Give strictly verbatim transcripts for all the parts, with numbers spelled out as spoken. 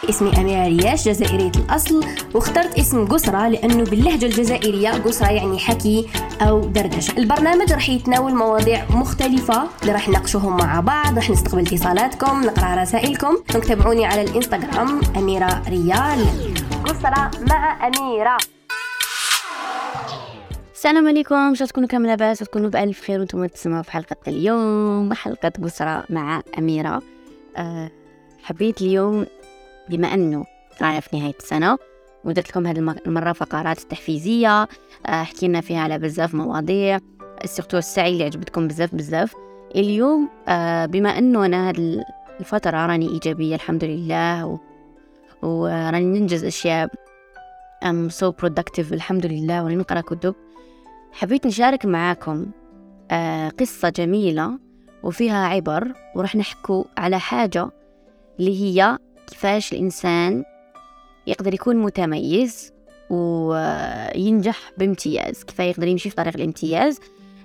اسمي أميرة رياش، جزائرية الأصل، واخترت اسم قسرة لأنه باللهجة الجزائرية قسرة يعني حكي أو دردشة. البرنامج رح يتناول مواضيع مختلفة اللي رح نناقشوهم مع بعض، رح نستقبل اتصالاتكم، نقرأ رسائلكم. تابعوني على الإنستغرام أميرة ريال. قسرة مع أميرة. السلام عليكم، شو تكونوا كامل لاباس وتكونوا بألف خير وانتم تسمعوا في حلقة اليوم، حلقة قسرة مع أميرة. أه حبيت اليوم بما أنه رانا في نهاية السنة ودرت لكم هذه المرة فقرات تحفيزية، أه حكينا فيها على بزاف مواضيع، السيرتو السعي اللي عجبتكم بزاف بزاف. اليوم أه بما أنه أنا هذه الفترة راني إيجابية الحمد لله و... وراني ننجز أشياء I'm so productive الحمد لله، وراني نقرأ كتب. حبيت نشارك معاكم آه قصة جميلة وفيها عبر، ورح نحكو على حاجة اللي هي كيفاش الإنسان يقدر يكون متميز وينجح بامتياز، كيف يقدر يمشي في طريق الامتياز.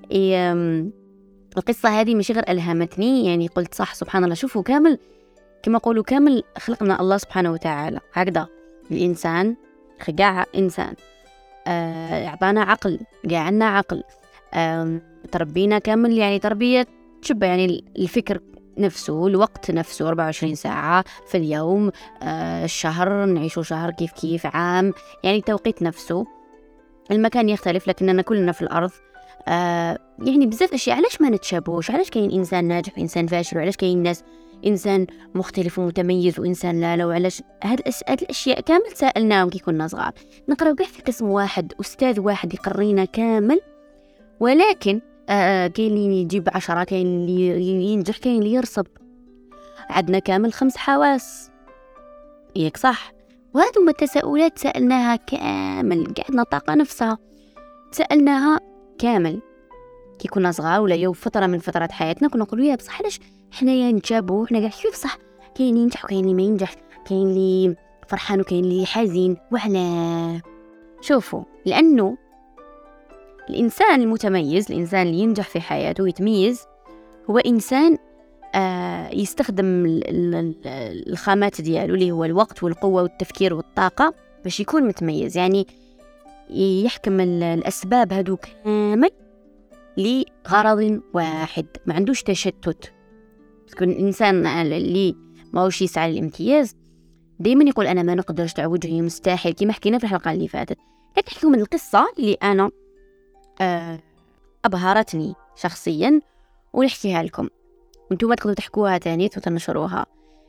القصة هذه مش غير ألهمتني، يعني قلت صح سبحان الله، شوفوا كامل كما قولوا كامل خلقنا الله سبحانه وتعالى هكذا. الإنسان خقاع إنسان، أعطانا عقل، قاعنا عقل، تربينا كامل يعني تربية شبه يعني الفكر نفسه، الوقت نفسه أربعة وعشرين ساعة في اليوم، الشهر نعيشه شهر كيف كيف عام، يعني توقيت نفسه. المكان يختلف لكننا كلنا في الأرض، يعني بزاف أشياء. علاش ما نتشابهوش؟ علاش كاين إنسان ناجح وإنسان فاشل؟ وعلاش كاين ناس إنسان مختلف ومتميز وإنسان لا لا؟ وعلاش هاد الأشياء كامل سألناهم كي كنا صغار. نقرأ كاع في قسم واحد، أستاذ واحد يقرينا كامل، ولكن آه كاين اللي يجيب عشرة، كاين اللي ينجح، كاين اللي يرسب. عندنا كامل خمس حواس، ياك صح؟ وهذو ما التساؤلات سألناها كامل، قعدنا طاقة نفسها سألناها كامل كي كنا صغار، ولا يوم فترة من فترات حياتنا كنا نقولوا يا بصح علاش حنايا نتشابهوا؟ حنا كاع كيف صح، كاين اللي ينجح وكاين اللي ما ينجح، كاين اللي فرحان وكاين اللي حزين. وعلاه؟ شوفوا، لأنه الإنسان المتميز، الإنسان اللي ينجح في حياته ويتميز، هو إنسان آه يستخدم الخامات ديالو اللي هو الوقت والقوة والتفكير والطاقة باش يكون متميز. يعني يحكم الأسباب هادو كامل لغرض واحد، ما عندوش تشتت. تكون الإنسان اللي ما هوش يسعى للامتياز دايما يقول أنا ما نقدرش، تعوجي مستحيل، كما حكينا في الحلقة اللي فاتت. نحكي من القصة اللي أنا أه أبهرتني شخصيا ونحكيها لكم، وانتم تقدروا تحكوها تاني وتنشروها.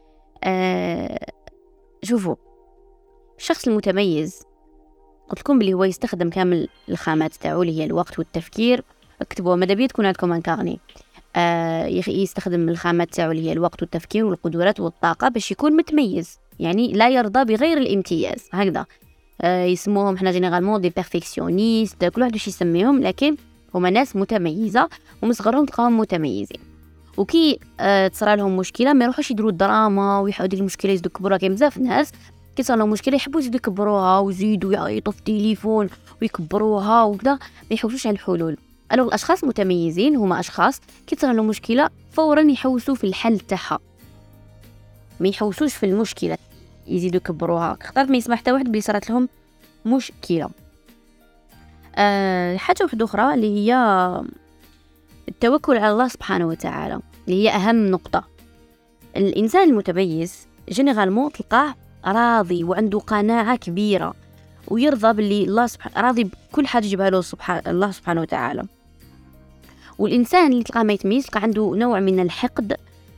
أه شوفوا، الشخص المتميز قلت لكم بلي هو يستخدم كامل الخامات تاعو اللي هي الوقت والتفكير. اكتبوا ماذا بيا تكون عندكم انكارني. آه يستخدم الخامات تاعو اللي هي الوقت والتفكير والقدرات والطاقة باش يكون متميز، يعني لا يرضى بغير الامتياز هكذا. آه يسموهم حنا جينيرالمون دي بيرفكسيونيست، كل واحد واش يسميهم، لكن هما ناس متميزة ومن صغرهم تلقاهم متميزين. وكي آه تصرى لهم مشكلة ما يروحوش يديروا الدراما ويحاولوا المشكلة يزيدوا يكبروها. كاين بزاف ناس كي تصرى لهم مشكلة يحبوا يزيدوا يكبروها ويزيدوا يعيطوا في التليفون ويكبروها وكذا، ما يحوسوش على الحلول. ألو الأشخاص المتميزين هما أشخاص كي تصير لهم مشكلة فورا يحوسوا في الحل تاعها، ما يحوسوش في المشكلة يزيدوا يكبروها. اخترت ما يسمح حتى واحد بلي صارت لهم مشكلة. أه حاجة واحدة أخرى اللي هي التوكل على الله سبحانه وتعالى، اللي هي أهم نقطة. الإنسان المتميز جينيرالمون تلقاه راضي وعنده قناعة كبيرة ويرضى باللي الله سبحانه راضي بكل حاجة يجيبها له سبحانه الله سبحانه وتعالى. والإنسان اللي تلقاه ما يتميز تلقى عنده نوع من الحقد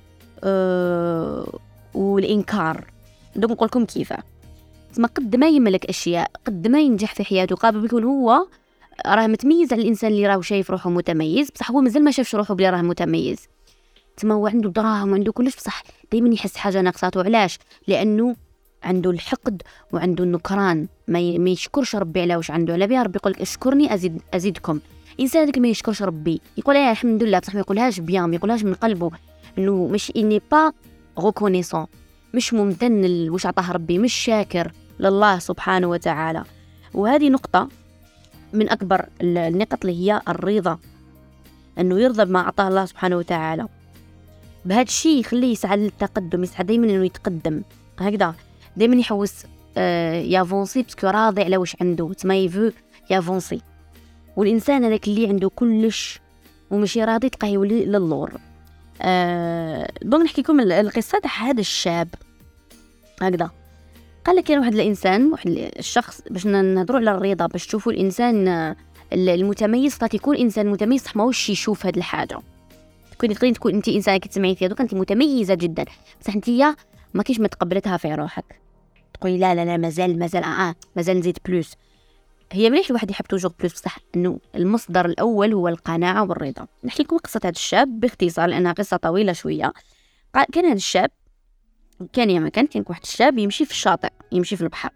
أه والإنكار. دوك نقول لكم كيفاه. ما قد ما يملك أشياء، قد ما ينجح في حياته، قابل بيكون هو راه متميز على الإنسان اللي راه شايف روحه متميز، بصح هو مازال ما شافش روحه بلي راه متميز. تما هو عنده دراهم وعنده كلش، بصح دايما يحس حاجة ناقصاته. علاش؟ لأنه عنده الحقد وعنده النكران، ما يشكرش ربي على واش عنده. على بها ربي يقول لك اشكرني ازيد ازيدكم. انسان اللي ما يشكرش ربي يقول يا الحمد لله، بصح ما يقولهاش بيان، ما يقولهاش من قلبه، انه مش اني با ريكونيسون، مش ممتن واش عطاه ربي، مش شاكر لله سبحانه وتعالى. وهذه نقطة من أكبر النقط اللي هي الرضا، أنه يرضى بما أعطاه الله سبحانه وتعالى. بهذا الشيء يخليه يسعى للتقدم، يسعى دايما أنه يتقدم هكذا. دائما يحوس آه يافونسي باسكو راضي على واش عنده، تما يفو يافونسي. والانسان هذاك اللي عنده كلش ومشي راضي تلقاه يولي للور. أه دونك نحكي لكم القصه تاع هذا الشاب هكذا. قال لك كاين واحد الانسان، واحد الشخص، باش نهضروا على الرضا، باش تشوفوا الانسان المتميز. خاطر يكون انسان متميز صح ماهوش يشوف هذه الحاجه. تكوني تقدري تكون انت انسانه كتسمعي فيها دوك انت متميزه جدا، بصح انت ما كيش ما تقبلتها في روحك، تقولي لا لا لا مازال مازال اه مازال نزيد بلوس. هي مليح الواحد يحب توجور بلوس، بصح انه المصدر الاول هو القناعه والرضا. نحكي لكم قصه هذا الشاب باختصار لانها قصه طويله شويه. كان هذا الشاب كان يا ما كان كان واحد الشاب يمشي في الشاطئ، يمشي في البحر،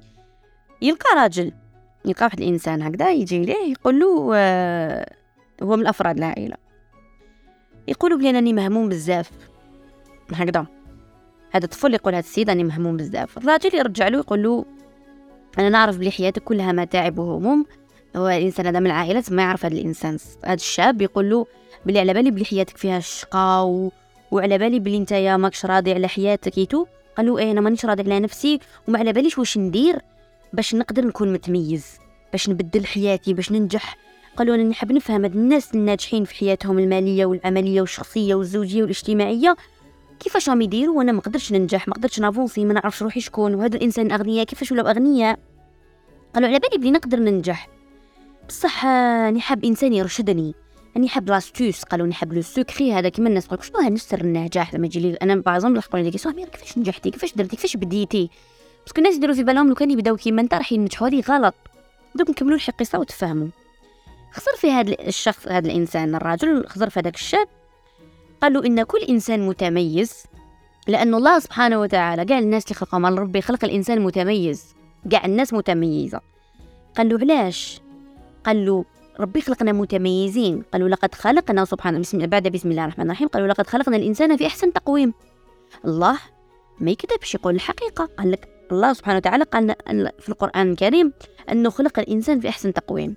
يلقى راجل، يلقى واحد الانسان هكذا يجي ليه يقول له آه هو من افراد العائله، يقول له بلي راني مهموم بزاف هكذا. هذا الطفل يقول هذا السيد راني مهموم بزاف. الراجل يرجع له يقول له انا نعرف بلي حياتك كلها متاعب وهموم. هو الانسان هذا من العائله ما يعرف هذا الانسان. هذا الشاب يقول له بلي على بالي بلي حياتك فيها الشقاء و... وعلى بالي بلي انت يا ماكش راضي على حياتك يتو. قال له ايه انا مانيش راضي على نفسي وما على باليش واش ندير باش نقدر نكون متميز، باش نبدل حياتي، باش ننجح. قالوا انا نحب نفهم هاد الناس الناجحين في حياتهم الماليه والعمليه والشخصيه والزوجيه والاجتماعيه كيفاش راهم يديروا وانا ما قدرتش ننجح، ما قدرتش نافونسي، ما نعرفش روحي شكون. وهذا الانسان الاغنياء كيفاش ولاو اغنياء. قالوا على بالي بلي نقدر ننجح، بصح راني حاب انسان يرشدني، راني حاب لاستوس. قالوا نحب لو سكري هذا كيما الناس تقول شنو هذا سر النجاح. لما يجي لي انا بعضهم يقولوا لي كيسوا مير كيفاش نجحتي، كيفاش درتي، كيفاش بديتي، باسكو الناس يديروا في بالهم لو كان يبداو كيما انت راح ينجحوا. هذه غلط. دوك نكملوا القصه وتفهموا. خسر في هذا الشخص، هذا الانسان الرجل خسر في هذاك الشاب. قالوا ان كل انسان متميز، لأن الله سبحانه وتعالى قال الناس اللي خلقهم الله ربي خلق الإنسان متميز، قاع الناس متميزة. قالوا علاش؟ قالوا ربي خلقنا متميزين. قالوا لقد خلقنا سبحانه بسم بعد بسم الله الرحمن الرحيم قالوا لقد خلقنا الإنسان في أحسن تقويم. الله ما يكذبش، يقول الحقيقة. قال لك الله سبحانه وتعالى قال في القرآن الكريم أنه خلق الإنسان في أحسن تقويم.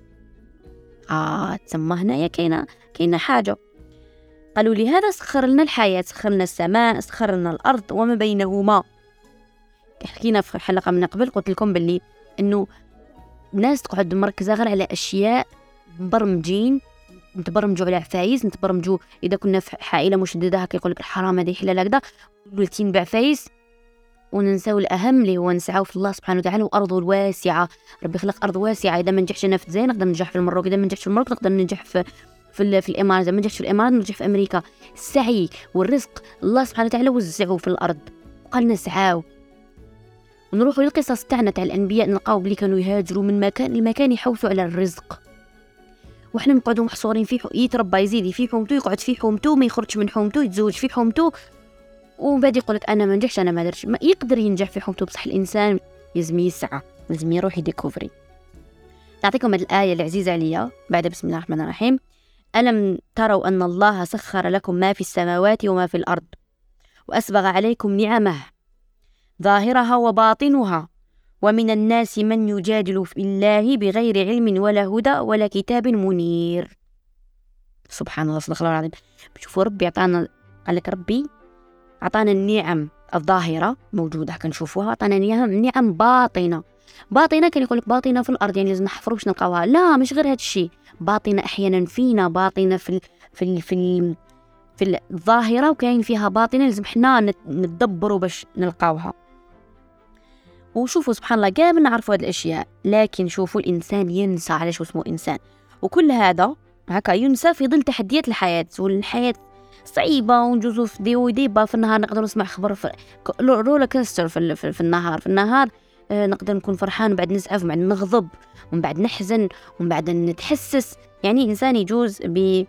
آه تسمى هنايا كاينة كاينة حاجة. قالوا لهذا سخر لنا الحياة، سخر لنا السماء، سخر لنا الأرض وما بينهما. حكينا في حلقة من قبل قلت لكم باللي أنه الناس تقعد مركزة غير على أشياء مبرمجين، نتبرمجوا على عفايس، نتبرمجوا إذا كنا في عائلة مشددة هكا يقول لك الحرام هذا حلال هكذا ولتين بعفايس، وننساو الأهم اللي هو نسعاو في الله سبحانه وتعالى وأرضه الواسعة. ربي خلق أرض واسعة، إذا ما نجحش أنا في زين نقدر ننجح في المروك، إذا ما نجحش في المروك نقدر ننجح في في, في الإمارات، إذا ما نجحش في الإمارات ننجح في أمريكا. السعي والرزق الله سبحانه وتعالى وزعوه في الأرض، قال نسعاو. ونروحوا للقصص تاعنا تاع الأنبياء نلقاو بلي كانوا يهاجروا من مكان لمكان يحوثوا على الرزق، وإحنا نقعدوا محصورين فيه. يتربى يزيد في حومته، يقعد في حومته، ما يخرجش من حومته، يتزوج في حومته، ومن بعد يقول لك انا ما نجحش انا ما درتش. ما يقدر ينجح في حومته، بصح الانسان لازم يسعى، لازم يروح يديكوفري. نعطيكم هذه الايه العزيزه عليا بعد بسم الله الرحمن الرحيم. الم تروا ان الله سخر لكم ما في السماوات وما في الارض واسبغ عليكم نعمه ظاهرها وباطنها ومن الناس من يجادل في الله بغير علم ولا هدى ولا كتاب منير. سبحان الله، صدق الله العظيم. بشوفوا ربي عطانا، قال لك ربي عطانا النعم الظاهرة موجودة كنشوفوها، عطانا نعم نعم باطنة. باطنة كان يقول لك باطنة في الأرض يعني لازم نحفروا باش نلقاوها، لا مش غير هذا الشيء، باطنة أحيانا فينا، باطنة في ال في ال في ال في الظاهرة، وكاين فيها باطنة لازم حنا نتدبروا باش نلقاوها. وشوفوا سبحان الله كامل نعرفوا هذه الأشياء، لكن شوفوا الإنسان ينسى علاش اسمه إنسان، وكل هذا هكا ينسى في ظل تحديات الحياة. والحياة صعيبة ونجوزو في دي وديبا، في النهار نقدر نسمع خبر في رولا كاستر في, في, في النهار في النهار آه نقدر نكون فرحان وبعد نزعف وبعد نغضب ومن بعد نحزن ومن بعد نتحسس. يعني إنسان يجوز ب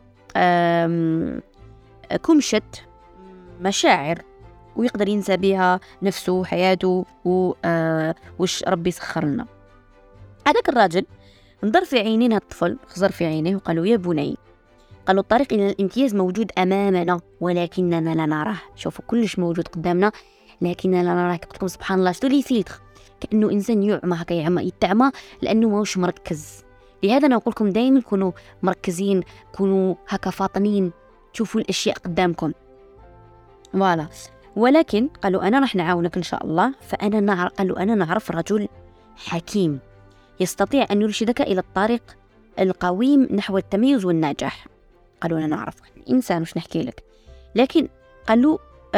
كمشة مشاعر ويقدر ينسى بها نفسه وحياته وش ربي سخر لنا. هذاك الراجل نظر في عينين الطفل، خزر في عينيه وقالوا يا بني، قالوا الطريق إلى الامتياز موجود أمامنا ولكننا لا نراه. شوفوا كلش موجود قدامنا لكننا لا نراه. كتقول سبحان الله شتو لي فيلتر، كأنه إنسان يعمى هكا، يعمى يتعمى لأنه ماهوش مركز. لهذا أنا أقول لكم دائما كونوا مركزين، كونوا هكا فاطنين، تشوفوا الأشياء قدامكم. فوالا ولكن قالوا أنا راح نعاونك إن شاء الله. فأنا نعرف قالوا أنا نعرف رجل حكيم يستطيع أن يرشدك إلى الطريق القويم نحو التميز والنجاح. قالوا أنا نعرف إنسان وش نحكي لك. لكن قالوا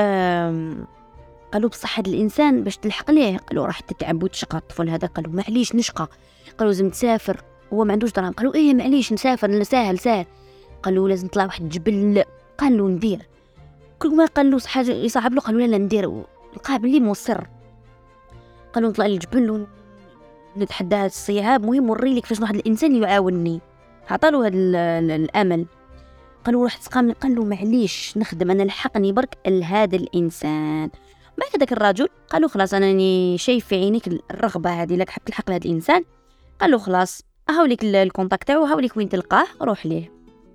قالوا بصح هذا الإنسان باش تلحق ليه قالوا راح تتعب وتشقى الطفل هذا. قالوا معليش نشقى. قالوا لازم تسافر، هو ما عندوش دراهم. قالوا إيه معليش نسافر سهل سهل. قالوا لازم نطلع واحد الجبل. قالوا ندير كل ما قالوا حاجة يصعب له قالوا لا ندير. لقاه بلي مصر. قالوا نطلع للجبل ونتحدى هذا الصعاب، مهم نوري لك فاش واحد الإنسان يعاونني. عطالو هذا الأمل. قالوا روح تسقام. قالوا معليش نخدم أنا لحقني برك لهذا الإنسان. بعد هذاك الرجل قالوا خلاص أنا ني شايف في عينيك الرغبة هذه لك حب تلحق لهذا الإنسان. قالوا خلاص هاوليك الكونتاكت تاعو، هاوليك وين تلقاه روح ليه.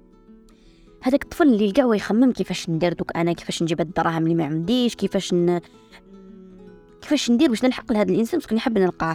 هذاك الطفل اللي لقاه يخمم كيفاش ندير دوك انا، كيفاش نجيب الدراهم اللي ما عنديش، كيفاش ن... كيفاش ندير باش نلحق لهذا الانسان باش نحب نلقاه.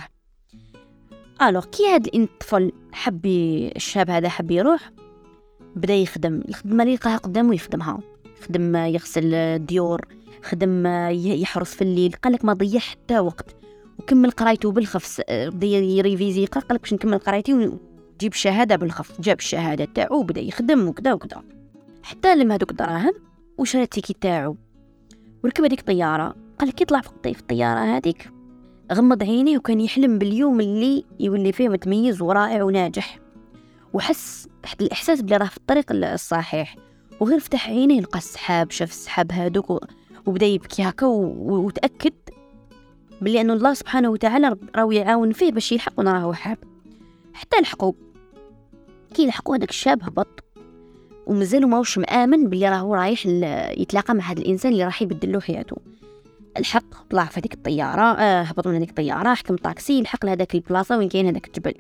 الوغ كي هذا الطفل حب الشاب هذا حب يروح، بدا يخدم الخدمه اللي لقاها قدامه يخدمها. خدم يغسل الديور، خدم يحرس في الليل. قالك ما ضيع حتى وقت وكمل قرايته بالخف. بدا يريفيزي يقرا، قالك باش نكمل قرايتي ونجيب الشهاده بالخف. جاب الشهاده تاعو وبدا يخدم وكذا وكذا حتى لما هذوك الدراهم وشرى التيكي تاعو وركب هذيك الطياره. قال كي طلع في الطياره هذيك غمض عينيه وكان يحلم باليوم اللي يولي فيه متميز ورائع وناجح، وحس تحت الاحساس بلي راه في الطريق الصحيح. وغير فتح عينيه لقى السحاب، شاف السحاب هذوك وبدا يبكي هكا وتاكد بلي انه الله سبحانه وتعالى راهو يعاون فيه باش يلحق وين راهو حاب. حتى لحقوا كي لحقوا هذاك الشاب هبط ومازالوا ماهوش مآمن بلي راهو رايح يتلاقى مع هذا الانسان اللي راح يبدل له حياته. الحق طلع في هذيك الطياره، آه هبط من هذيك الطياره، حكم طاكسي لحق لهذاك البلاصه وين كاين هذاك الجبل.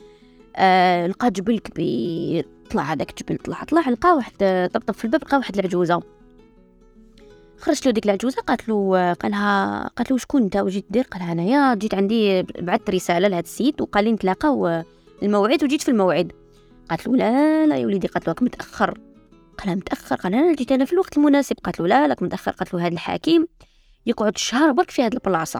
آه لقى جبل كبير. طلع هذاك الجبل طلع طلع لقى واحد طبطب في الباب، لقى واحد العجوزه. خرجت له ديك العجوزه قالت له قالها قالت له شكون انت وجيت دير؟ قالها انايا جيت عندي بعثت رساله لهذا السيد وقال لي نتلاقاو الموعد وجيت في الموعد. قالت له لا لا يا وليدي. قالت له راك متاخر. قالها متاخر؟ قال انا جيت انا في الوقت المناسب. قالت له لا لك متاخر. قالت له هذا الحكيم يقعد شهر برك في هذه البلاصه،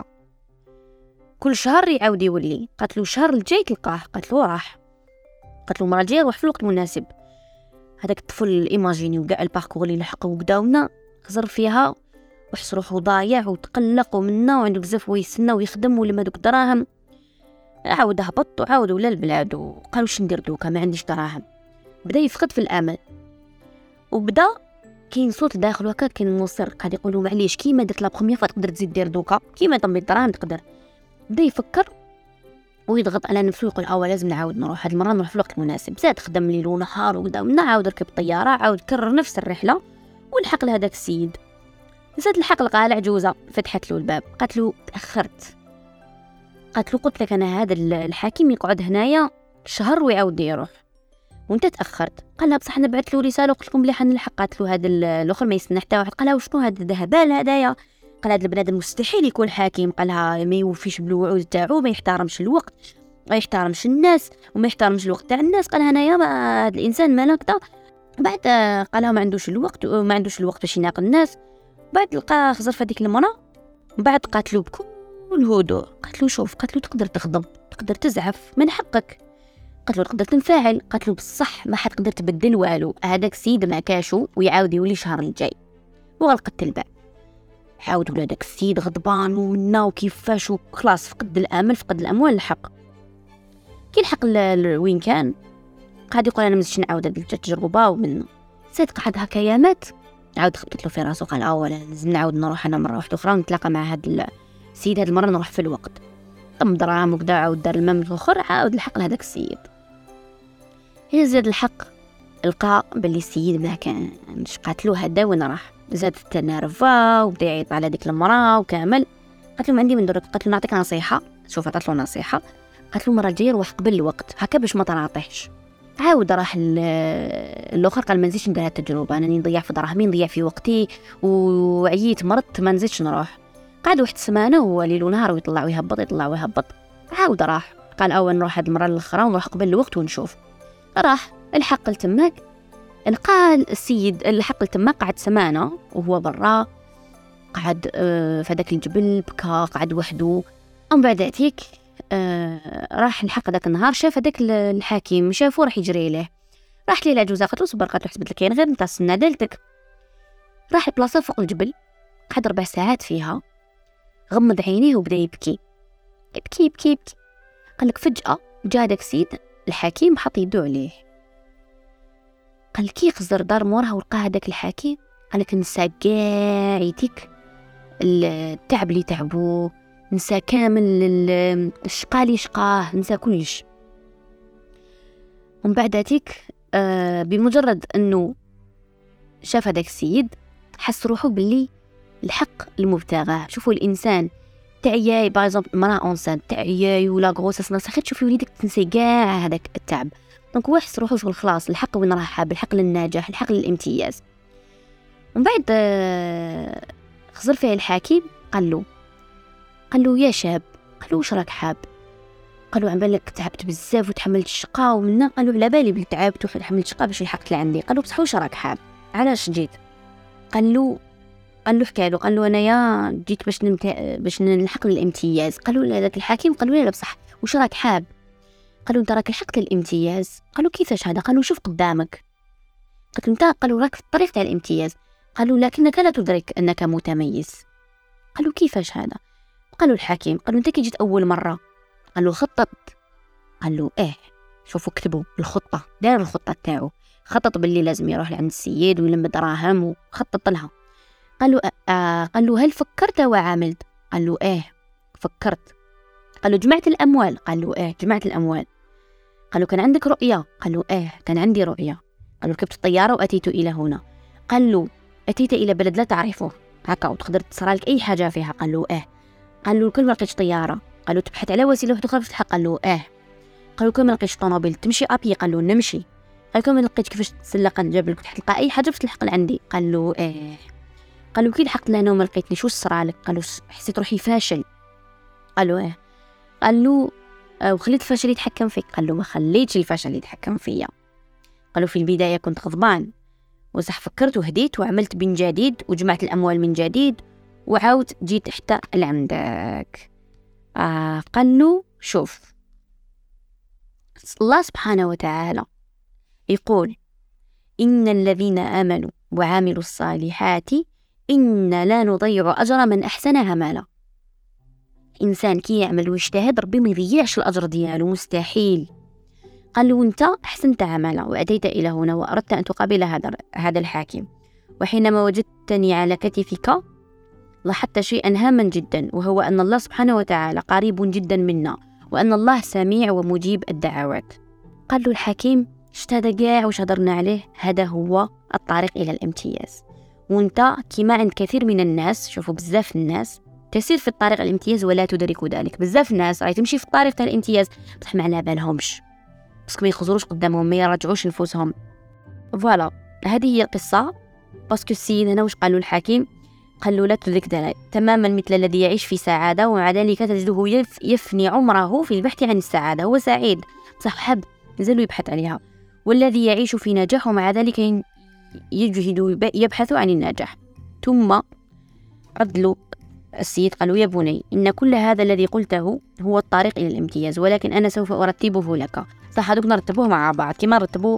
كل شهر يعاود يولي. قالت له الشهر الجاي تلقاه. قالت له راح. قالت له المره الجايه روح في الوقت المناسب. هذاك الطفل ايماجيني وكاع الباركور اللي لحقه وقداونا خزر فيها وحس روحو ضايع وتقلق ومنا وعنده بزاف ويسنى ويخدم ولما دوك دراهم. عاود هبط وعاود ولا البلاد وقال واش ندير دوكا ما عنديش دراهم. بدا يفقد في الامل وبدا كاين صوت داخل هكا كاين مصر قاعد يقولوا معليش كيما درت لا بروميير فوا تقدر تزيد دير دوكا، كيما طمي الدراهم تقدر. بدا يفكر ويضغط على نفسه يقول اه لازم نعاود نروح هاد المره نروح في الوقت المناسب. زاد خدم ليل ونهار وكذا ونعاود ركب طياره عاود كرر نفس الرحله ولحق لهذاك السيد. زاد الحق لقى العجوزه فتحت له الباب قالت له تاخرت. قالت له قلت لك انا هذا الحاكم يقعد هنايا شهر ويعاود يروح وانت تاخرت. قال لها بصح انا بعثت له رساله وقلت لكم بلي حنلحق. قالت له هذا الاخر ما يستنى حتى واحد. قال لها وشنو هذا الذهبال هذايا؟ قال هذا البنادم مستحيل يكون حاكم. قال لها ما يوفيش بالوعود تاعو، ما يحترمش الوقت، ما يحترمش الناس وما يحترمش الوقت تاع الناس. قال انايا هذا الانسان مالك دا. بعد قال لها ما عندوش الوقت وما عندوش الوقت باش يناقض الناس. بعد لقى خزر في هذيك المره. بعد قالت له بكل هدوء قالت له شوف قالت له تقدر تغضب تقدر تزعف من حقك. قالت له تقدر تنفعل. قالت له بصح ما حتقدر تبدل والو. هذاك السيد ما كاشو ويعاود يولي الشهر الجاي. وغلقت الباب. عاود ولا داك السيد غضبان ومنا وكيفاش وخلاص فقد الامل فقد الاموال الحق. كي لحق وين كان قاعد يقول انا مازلتش نعاود هذه التجربه ومن زاد قعد هكا يامات. عاود خبطت له في راسه قال اولا لازم نعاود نروح انا مره واحده اخرى ونتلاقى مع هذا السيد هذه المره نروح في الوقت. طم دراهم وكذا عاود دار المام الاخر عاود لحق لهذاك السيد. هي زاد الحق لقى باللي السيد ما كانش. قالت له هذا وين راح؟ زاد تنرفا وبدا يعيط على ديك المراه وكامل. قالت له ما عندي من درك. قالت له نعطيك نصيحه. شوف عطات له نصيحه قالت له المره الجايه روح قبل الوقت هكا باش ما تراطيحش. عاود راح الاخر قال ما نزيدش ندير التجربه انا نضيع في دراهمي نضيع في وقتي وعييت مرضت ما نزيدش نروح. قعد واحد السمانه هو ليل ونهار ويطلع ويهبط يطلع ويهبط. عاود راح قال اول نروح هاد المره الاخرى ونروح قبل الوقت ونشوف. راح الحق لتماك لقى السيد الحق لتماك قعد سمانه وهو برا. قعد آه فداك الجبل بكى قعد وحده. أم بعد ذاتيك آه راح الحق ذاك النهار شاف هذاك الحاكم شافه راح يجري له. راحت ليه العجوزة قالت له صبر، قالت له حسبت لك كاين غير نتا استنى دالتك. راح البلاصة فوق الجبل قعد ربع ساعات فيها، غمض عينيه وبدا يبكي يبكي يبكي يبكي. قال لك فجأة جا داك السيد الحكيم حط يدو عليه. قال كي يقزر دار مورها ولقى هذاك الحكيم قال لك نسى كاع يتيك التعب اللي تعبوه، نسى كامل الشقا اللي شقاه، نسى كلش. ومن بعد ذاتيك آه بمجرد انه شاف هذاك السيد حس روحه باللي الحق المبتغى. شوفوا الانسان تعياي باغ مرا اونسان تعياي ولا غروسس نصحي تشوفي وليدك تنسي كاع هذاك التعب. دونك هو حس روحه شغل خلاص الحق وين راه حاب، الحق للنجاح، الحق للامتياز. ومن بعد آه خزر فيه الحاكم قال له قال له يا شاب، قال له واش راك حاب؟ قال له عم بالك تعبت بزاف وتحملت الشقاء ومنا. قال له على بالي بلي تعبت وتحملت الشقاء باش الحقت لعندي. قال له بصح واش راك حاب؟ علاش جيت؟ قال له قال له حكى له قال له انايا جيت باش نمت... باش نلحق للامتياز. قالوا له هذاك الحاكم قال له لا بصح واش راك حاب؟ قال له انت راك لحقت للامتياز. قال له كيفاش هذا؟ قال له شوف قدامك. قلت له انت قال له راك في الطريق تاع الامتياز. قال له لكنك لا تدرك انك متميز. قال له كيفاش هذا؟ قال له الحاكم قال له انت كي جيت اول مره قال له خططت. قال له ايه شوفوا كتبوا الخطه، دار الخطه تاعو، خطط باللي لازم يروح لعند السيد ويلم دراهم وخطط لها. قال له آه قال له هل فكرت وعملت؟ قال له ايه فكرت. قال له جمعت الاموال؟ قال له ايه جمعت الاموال. قال له كان عندك رؤيه؟ قال له ايه كان عندي رؤيه. قال له ركبت الطياره واتيت الى هنا. قال له اتيت الى بلد لا تعرفه هكا وتقدر تصرالك اي حاجه فيها؟ قال له ايه. قال له كل ما لقيتش طياره؟ قال له تبحث على وسيله واحده اخرى تفتحها؟ قال له ايه. قال له كل ما لقيتش طوموبيل تمشي ابي؟ قال له نمشي. قال له كل ما لقيت كيفاش تسلق الجبل كنت تلقى اي حاجه باش تلحق لعندي؟ قال له ايه. قال له كي لحقت لهنا وما لقيتنيش واش صرالك؟ قال له حسيت روحي فاشل. قال له ايه. قال له وخليت الفشل يتحكم فيك؟ قال له ما خليتش الفشل يتحكم فيا. قال له في البدايه كنت غضبان وصح فكرت وهديت وعملت من جديد وجمعت الاموال من جديد وعاودت جيت حتى لعندك. آه قال له شوف الله سبحانه وتعالى يقول إن الذين آمنوا وعملوا الصالحات إن لا نضيع أجر من أحسن عملا. إنسان كي يعمل ويجتهد ربي ما يضيعش الأجر دياله، مستحيل. قال له أنت أحسنت عملا وأتيت إلى هنا وأردت أن تقابل هذا هذا الحاكم، وحينما وجدتني على كتفك لاحظت شيئا هاما جدا، وهو أن الله سبحانه وتعالى قريب جدا منا وأن الله سميع ومجيب الدعوات. قال له الحكيم شت هذا كاع واش هضرنا عليه؟ هذا هو الطريق إلى الامتياز. وانت كما عند كثير من الناس، شوفوا بزاف الناس تسير في الطريق الامتياز ولا تدرك ذلك. بزاف الناس راهي تمشي في الطريق تاع الامتياز بصح ما على بالهمش، باسكو ما يخزروش قدامهم، ما يراجعوش نفوسهم. فوالا هذه هي القصة. باسكو السيد هنا واش قالوا الحكيم؟ قال له لا تدرك ذلك تماما مثل الذي يعيش في سعادة ومع ذلك تجده يف يفني عمره في البحث عن السعادة. هو سعيد بصح حب مازال يبحث عليها، والذي يعيش في نجاح ومع ذلك يجهد يبحث عن النجاح. ثم رد له السيد قال له يا بني إن كل هذا الذي قلته هو الطريق إلى الامتياز، ولكن أنا سوف أرتبه لك. صح هذوك نرتبوه مع بعض كما رتبوه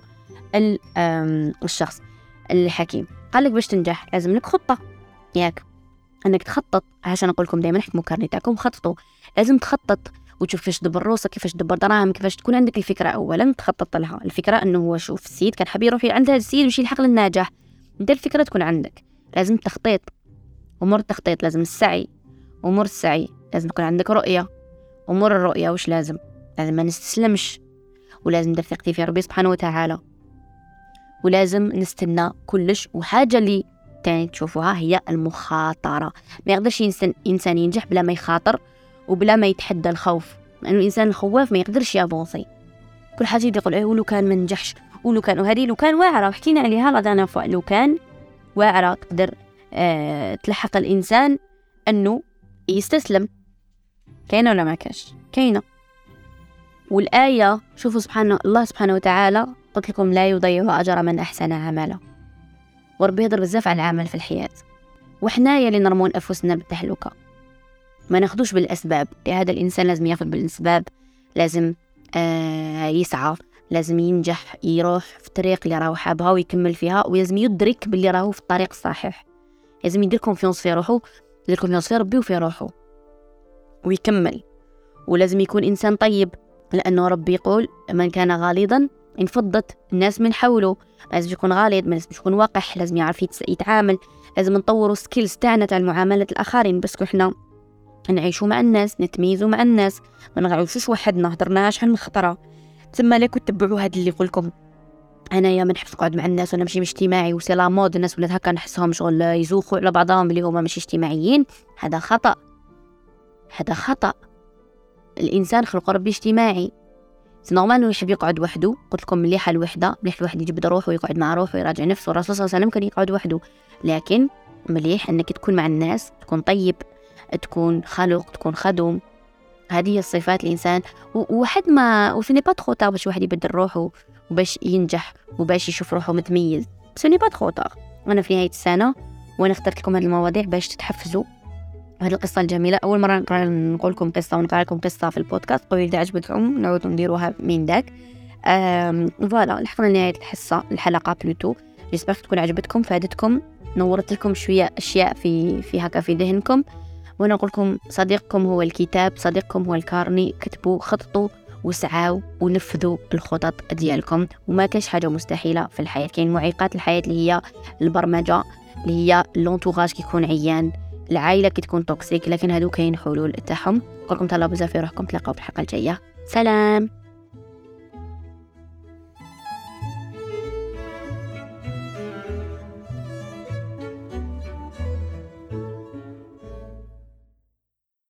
الشخص الحكيم. قال لك باش تنجح لازم لك خطة، ياك انك تخطط. عشان نقول لكم دائما نحكموا كارنيتاكم خططوا، لازم تخطط وتشوف كيفاش تدبر روسك، كيفاش تدبر دراهم، كيفاش تكون عندك الفكره اولا تخطط لها. الفكره انه هو شوف السيد كان حاب يروح عند هذا السيد باش يلحق للنجاح، انت الفكره تكون عندك. لازم التخطيط، امور التخطيط لازم السعي، امور السعي لازم تكون عندك رؤيه، امور الرؤيه واش لازم لازم ما نستسلمش، ولازم ندير ثقتي في ربي سبحانه وتعالى، ولازم نستنى كلش. وحاجه اللي تاني تشوفوها هي المخاطرة. ما يقدرش إنسان, إنسان ينجح بلا ما يخاطر وبلا ما يتحدى الخوف، لأنه يعني الإنسان الخواف ما يقدرش يابونسي كل حاجة يقول إيه ولو كان ما نجحش ولو كان. وهذه لو كان واعرة وحكينا عليها لدانا فوق، لو كان واعرة تقدر آه تلحق الإنسان أنه يستسلم. كاينة ولا ما كاش؟ كاينة. والآية شوفوا سبحانه الله سبحانه وتعالى قلت لكم لا يضيع أجر من أحسن عملا، وربي يهضر بزاف على العمل في الحياة. وحنايا اللي نرمون أنفسنا بالتهلكة. ما ناخدوش بالأسباب. هذا الإنسان لازم ياخد بالأسباب، لازم آه يسعى، لازم ينجح، يروح في الطريق اللي راهو حابها ويكمل فيها، ولازم يدرك باللي راهو في الطريق الصحيح. لازم يدير كونفيونس في روحه، يدير كونفيونس في ربي وفي روحه ويكمل. ولازم يكون إنسان طيب، لأنه ربي يقول من كان غاليظا انفضت الناس من حوله. لازم يكون غاليظ، لازم يكون وقح، لازم يعرف يتعامل. لازم نطوروا سكيلز تاعنا تاع معاملة الآخرين، بس احنا نعيشوا مع الناس، نتميزوا مع الناس، ما نغعوشوش وحدنا. هضرناش عن الخطره. تما لا كنت تبعوا هذا اللي يقول لكم انايا ما نحبش نقعد مع الناس وانا ماشي اجتماعي وسي لا مود، الناس ولات هكا نحسهم شغل يزوخوا على بعضهم اللي هما ماشي اجتماعيين. هذا خطا، هذا خطا. الانسان خلق ربي اجتماعي. سي نورمال انه يحب يقعد وحده. قلت لكم مليحه الوحده، مليح الواحد يجبد روحه ويقعد مع روحه ويراجع نفسه. الرسول صلى الله عليه وسلم كان يقعد وحده، لكن مليح انك تكون مع الناس، تكون طيب، تكون خلق، تكون خدوم. هذه هي الصفات الإنسان. وواحد ما وسني با تخو تار باش واحد يبدل روحه وباش ينجح وباش يشوف روحه متميز. سني با تخو تار. أنا في نهاية السنة وأنا اخترت لكم هذه المواضيع باش تتحفزوا. هذه القصة الجميلة أول مرة نقرأ نقول لكم قصة ونقرأ لكم قصة في البودكاست. قولوا إذا عجبتكم نعود نديروها من داك. فوالا لحقنا لنهاية الحصة الحلقة بلوتو. جيسبر تكون عجبتكم، فادتكم، نورت لكم شوية أشياء في في هكا في ذهنكم. وانا اقول لكم صديقكم هو الكتاب، صديقكم هو الكارني. كتبوا، خططوا، وسعوا ونفذوا الخطط ديالكم. وما كاش حاجه مستحيله في الحياه. كاين معيقات الحياه اللي هي البرمجه، اللي هي لونتوراج كيكون عيان، العائله كي تكون توكسيك، لكن هادو كاين حلول تاعهم. نقول لكم تهلاو بزاف في روحكم. تلاقاو في الحلقه الجايه. سلام.